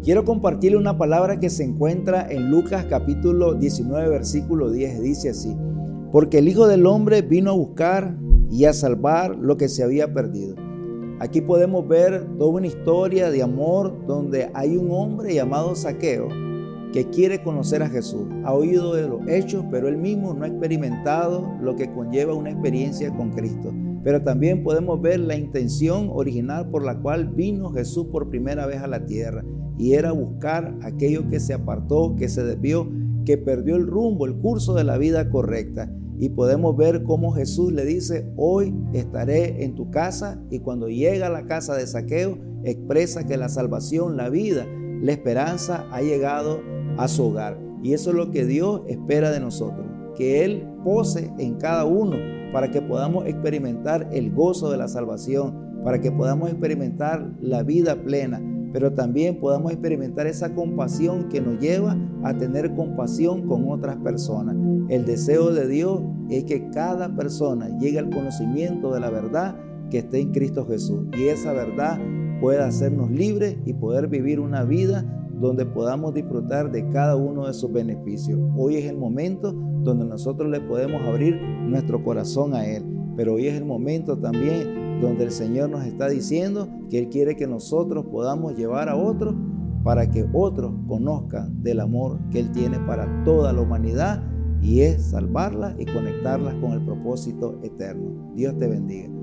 Quiero compartirle una palabra que se encuentra en Lucas capítulo 19, versículo 10. Dice así: porque el Hijo del Hombre vino a buscar y a salvar lo que se había perdido. Aquí podemos ver toda una historia de amor donde hay un hombre llamado Zaqueo que quiere conocer a Jesús. Ha oído de los hechos, pero él mismo no ha experimentado lo que conlleva una experiencia con Cristo. Pero también podemos ver la intención original por la cual vino Jesús por primera vez a la tierra, y era buscar aquello que se apartó, que se desvió, que perdió el rumbo, el curso de la vida correcta. Y podemos ver cómo Jesús le dice: hoy estaré en tu casa, y cuando llega a la casa de Zaqueo, expresa que la salvación, la vida, la esperanza ha llegado a su hogar. Y eso es lo que Dios espera de nosotros, que Él pose en cada uno para que podamos experimentar el gozo de la salvación, para que podamos experimentar la vida plena, pero también podamos experimentar esa compasión que nos lleva a tener compasión con otras personas. El deseo de Dios es que cada persona llegue al conocimiento de la verdad que está en Cristo Jesús, y esa verdad pueda hacernos libres y poder vivir una vida donde podamos disfrutar de cada uno de sus beneficios. Hoy es el momento donde nosotros le podemos abrir nuestro corazón a Él, pero hoy es el momento también donde el Señor nos está diciendo que Él quiere que nosotros podamos llevar a otros para que otros conozcan del amor que Él tiene para toda la humanidad, y es salvarlas y conectarlas con el propósito eterno. Dios te bendiga.